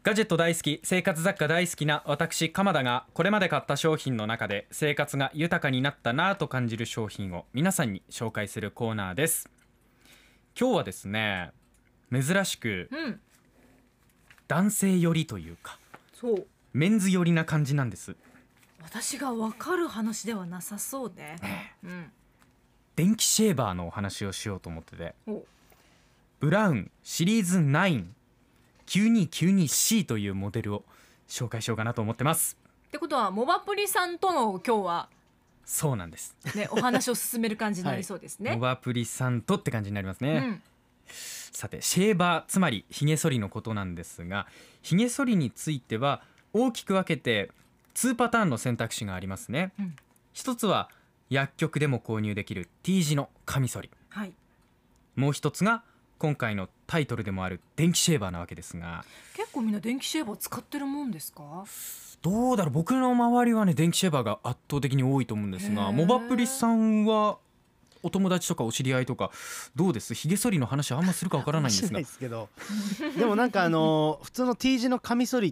ガジェット大好き、生活雑貨大好きな私鎌田がこれまで買った商品の中で生活が豊かになったなぁと感じる商品を皆さんに紹介するコーナーです。今日はですね、珍しく男性寄りというか、 そうメンズ寄りな感じなんです。 私が分かる話ではなさそうね、 電気シェーバーのお話をしようと思ってて、 おブラウンシリーズ 99292C というモデルを紹介しようかなと思ってます。 ってことはモバプリさんとの今日はそうなんです、 ねお話を進める感じになりそうですね、 モバプリさんとって感じになりますね、さてシェーバー、つまりヒゲ剃りのことなんですが、ヒゲ剃りについては大きく分けて2パターンの選択肢がありますね、一つは薬局でも購入できる T 字のカミソリ、もう一つが今回のタイトルでもある電気シェーバーなわけですが、 結構みんな電気シェーバー使ってるもんですか？ どうだろう、僕の周りはね電気シェーバーが圧倒的に多いと思うんですが、モバプリさんはお友達とかお知り合いとかどうです？ヒゲ剃りの話あんまするかわからないんですがでもなんか普通の T 字のカミソリって、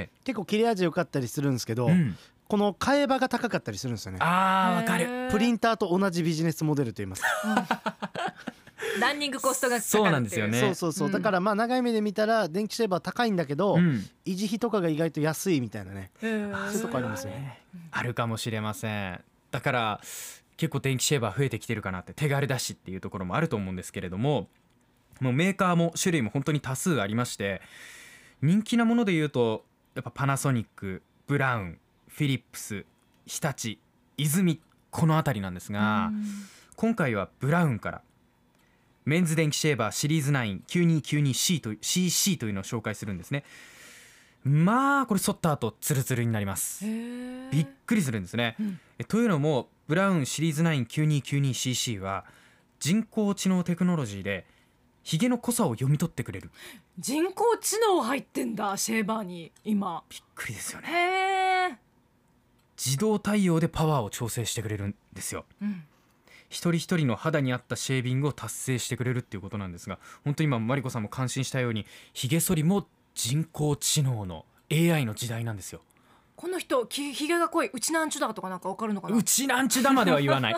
結構切れ味良かったりするんですけど、この替え刃が高かったりするんですよね。 わかる。 プリンターと同じビジネスモデルと言いますか、 ランニングコストがかかるっていう。 そうなんですよね。 だからまあ長い目で見たら電気シェーバー高いんだけど、維持費とかが意外と安いみたいなね、そういうとこありますよね。 あるかもしれません。だから結構電気シェーバー増えてきてるかなって、手軽だしっていうところもあると思うんですけれども、もうメーカーも種類も本当に多数ありまして、人気なものでいうとやっぱパナソニック、ブラウン、フィリップス、日立、泉、この辺りなんですが、今回はブラウンからメンズ電気シェーバーシリーズ 99292C と CC というのを紹介するんですね。まあこれ剃った後ツルツルになります。びっくりするんですね、というのもブラウンシリーズ 99292CC は人工知能テクノロジーでヒゲの濃さを読み取ってくれる。 人工知能入ってんだ、シェーバーに。今びっくりですよね。 へー。 自動対応でパワーを調整してくれるんですよ、一人一人の肌に合ったシェービングを達成してくれるっていうことなんですが、本当に今マリコさんも感心したようにヒゲ剃りも人工知能の AI の時代なんですよ。 この人ひげが濃い、うちなんちゅだとかなんか分かるのかな。 うちなんちゅだまでは言わない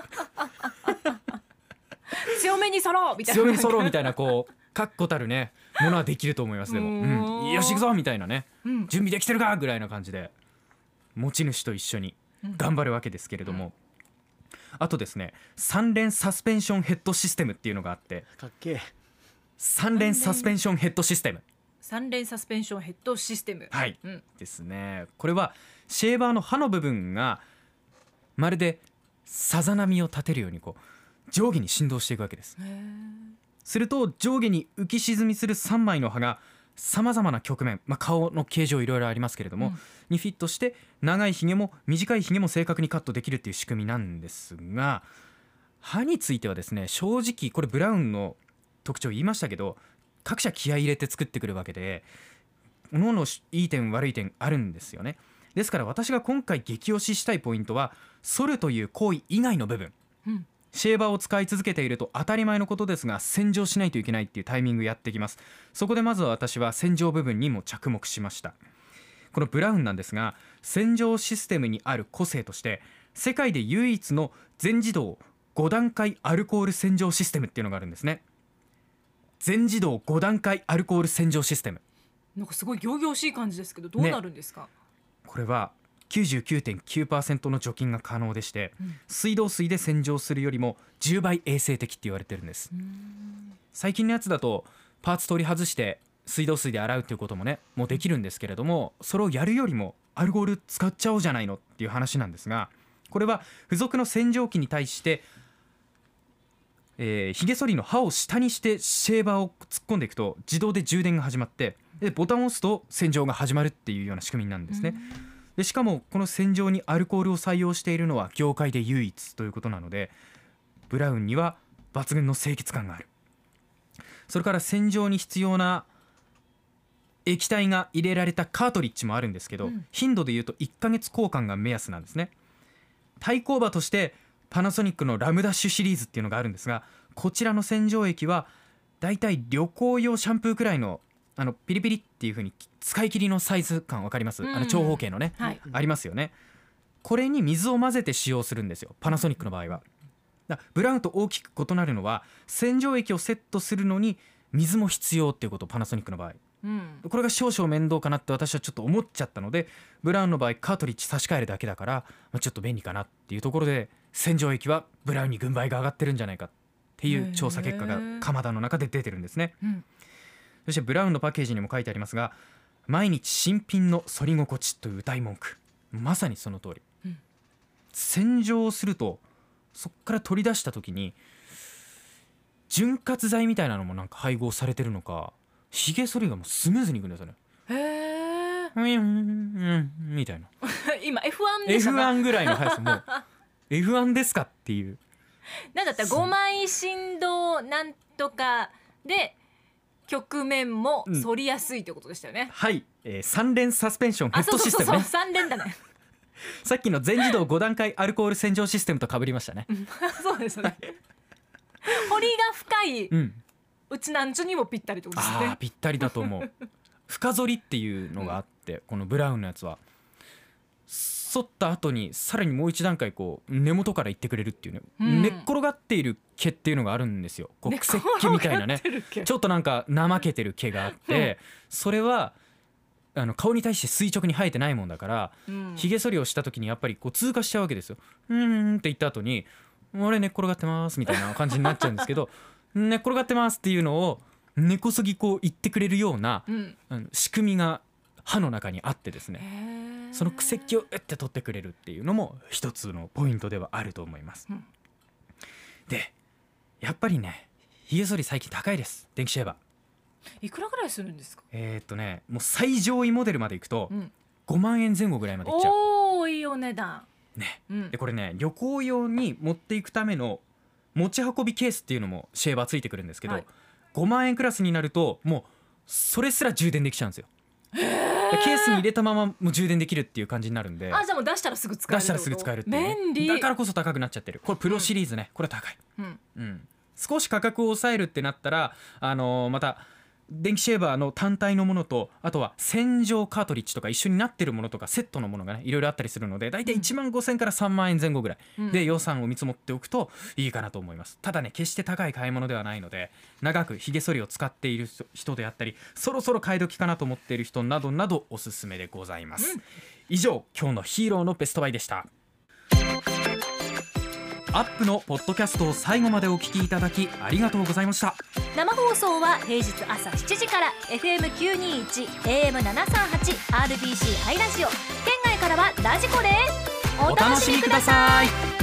強めに剃ろうみたいな、 強めに剃ろうみたいな、こう確固たるねものはできると思います。でも、よし行くぞみたいなね、準備できてるかぐらいな感じで持ち主と一緒に頑張るわけですけれども、あとですね、3連サスペンションヘッドシステムっていうのがあって、 かっけえ。 3連サスペンションヘッドシステム、 3連サスペンションヘッドシステム、 ですね。これはシェーバーの刃の部分がまるでさざ波を立てるようにこう上下に振動していくわけです。すると上下に浮き沈みする3枚の刃がさまざまな局面、顔の形状いろいろありますけれども、にフィットして長いひげも短いひげも正確にカットできるっていう仕組みなんですが、刃についてはですね、正直これブラウンの特徴言いましたけど、各社気合い入れて作ってくるわけで、各々いい点悪い点あるんですよね。ですから私が今回激推ししたいポイントは、剃るという行為以外の部分、シェーバーを使い続けていると当たり前のことですが洗浄しないといけないっていうタイミングやってきます。そこでまずは私は洗浄部分にも着目しました。このブラウンなんですが、洗浄システムにある個性として世界で唯一の全自動5段階アルコール洗浄システムっていうのがあるんですね。全自動5段階アルコール洗浄システム、 なんかすごい仰々しい感じですけど、どうなるんですか？ これは 99.9% の除菌が可能でして、水道水で洗浄するよりも10倍衛生的って言われてるんです。最近のやつだとパーツ取り外して水道水で洗うっていうこともねもうできるんですけれども、それをやるよりもアルコール使っちゃおうじゃないのっていう話なんですが、これは付属の洗浄機に対してひげ剃りの刃を下にしてシェーバーを突っ込んでいくと自動で充電が始まって、でボタンを押すと洗浄が始まるっていうような仕組みなんですね。でしかもこの洗浄にアルコールを採用しているのは業界で唯一ということなので、ブラウンには抜群の清潔感がある。それから洗浄に必要な液体が入れられたカートリッジもあるんですけど、頻度でいうと1ヶ月交換が目安なんですね。対抗馬としてパナソニックのラムダッシュシリーズっていうのがあるんですが、こちらの洗浄液はだいたい旅行用シャンプーくらいのピリピリっていう風に使い切りのサイズ感わかります？長方形のね、 はい、 ありますよね。これに水を混ぜて使用するんですよ、パナソニックの場合は。ブラウンと大きく異なるのは洗浄液をセットするのに水も必要っていうこと、パナソニックの場合、これが少々面倒かなって私はちょっと思っちゃったので、ブラウンの場合カートリッジ差し替えるだけだから、ちょっと便利かなっていうところで、洗浄液はブラウンに軍配が上がってるんじゃないかっていう調査結果が鎌田の中で出てるんですね。そしてブラウンのパッケージにも書いてありますが、毎日新品の反り心地という歌い文句、まさにその通り、洗浄するとそこから取り出した時に潤滑剤みたいなのもなんか配合されてるのか、ひげ剃りがもうスムーズにいくんですよね。 へーみたいな今 F1 でしたか？ F1 ぐらいの速さ、もう F1 ですかっていう。 なんだったら5枚振動なんとかで曲面も反りやすいってことでしたよね。 はい、3連サスペンションヘッドシステムね。 そう3連だねさっきの全自動5段階アルコール洗浄システムと被りましたねそうですね彫りが深い、うちなんちゅにもぴったりってことですね。 ぴったりだと思う深剃りっていうのがあって、このブラウンのやつは剃った後にさらにもう一段階こう根元からいってくれるっていうね、寝っ転がっている毛っていうのがあるんですよ。こう癖っ毛みたいなね、ちょっとなんか怠けてる毛があって、それは顔に対して垂直に生えてないもんだから、ひげ剃りをした時にやっぱりこう通過しちゃうわけですよ。って言った後に俺寝っ転がってますみたいな感じになっちゃうんですけど寝っ転がってますっていうのを根こそぎこう言ってくれるような、仕組みが歯の中にあってですね、その癖っ気をって取ってくれるっていうのも一つのポイントではあると思います。でやっぱりね、ひげ剃り最近高いです。電気シェーバーいくらぐらいするんですか？ もう最上位モデルまでいくと5万円前後ぐらいまでいっちゃう。 おー、いいお値段ね。でこれね、旅行用に持っていくための持ち運びケースっていうのもシェーバーついてくるんですけど、5万円クラスになるともうそれすら充電できちゃうんですよ。ケースに入れたままもう充電できるっていう感じになるんで、 じゃあもう出したらすぐ使える。 出したらすぐ使えるっていうね、 便利。 だからこそ高くなっちゃってる。これプロシリーズね、これ高い。少し価格を抑えるってなったらまた電気シェーバーの単体のものと、あとは洗浄カートリッジとか一緒になってるものとかセットのものがねいろいろあったりするので、だいたい1万5千から3万円前後ぐらいで予算を見積もっておくといいかなと思います。ただね、決して高い買い物ではないので、長くひげ剃りを使っている人であったり、そろそろ買い時かなと思っている人などなどおすすめでございます。以上、今日のヒーローのベストバイでした。アップのポッドキャストを最後までお聞きいただきありがとうございました。 生放送は平日朝7時から FM921 AM738 RBC ハイラジオ、県外からはラジコです。 お楽しみください。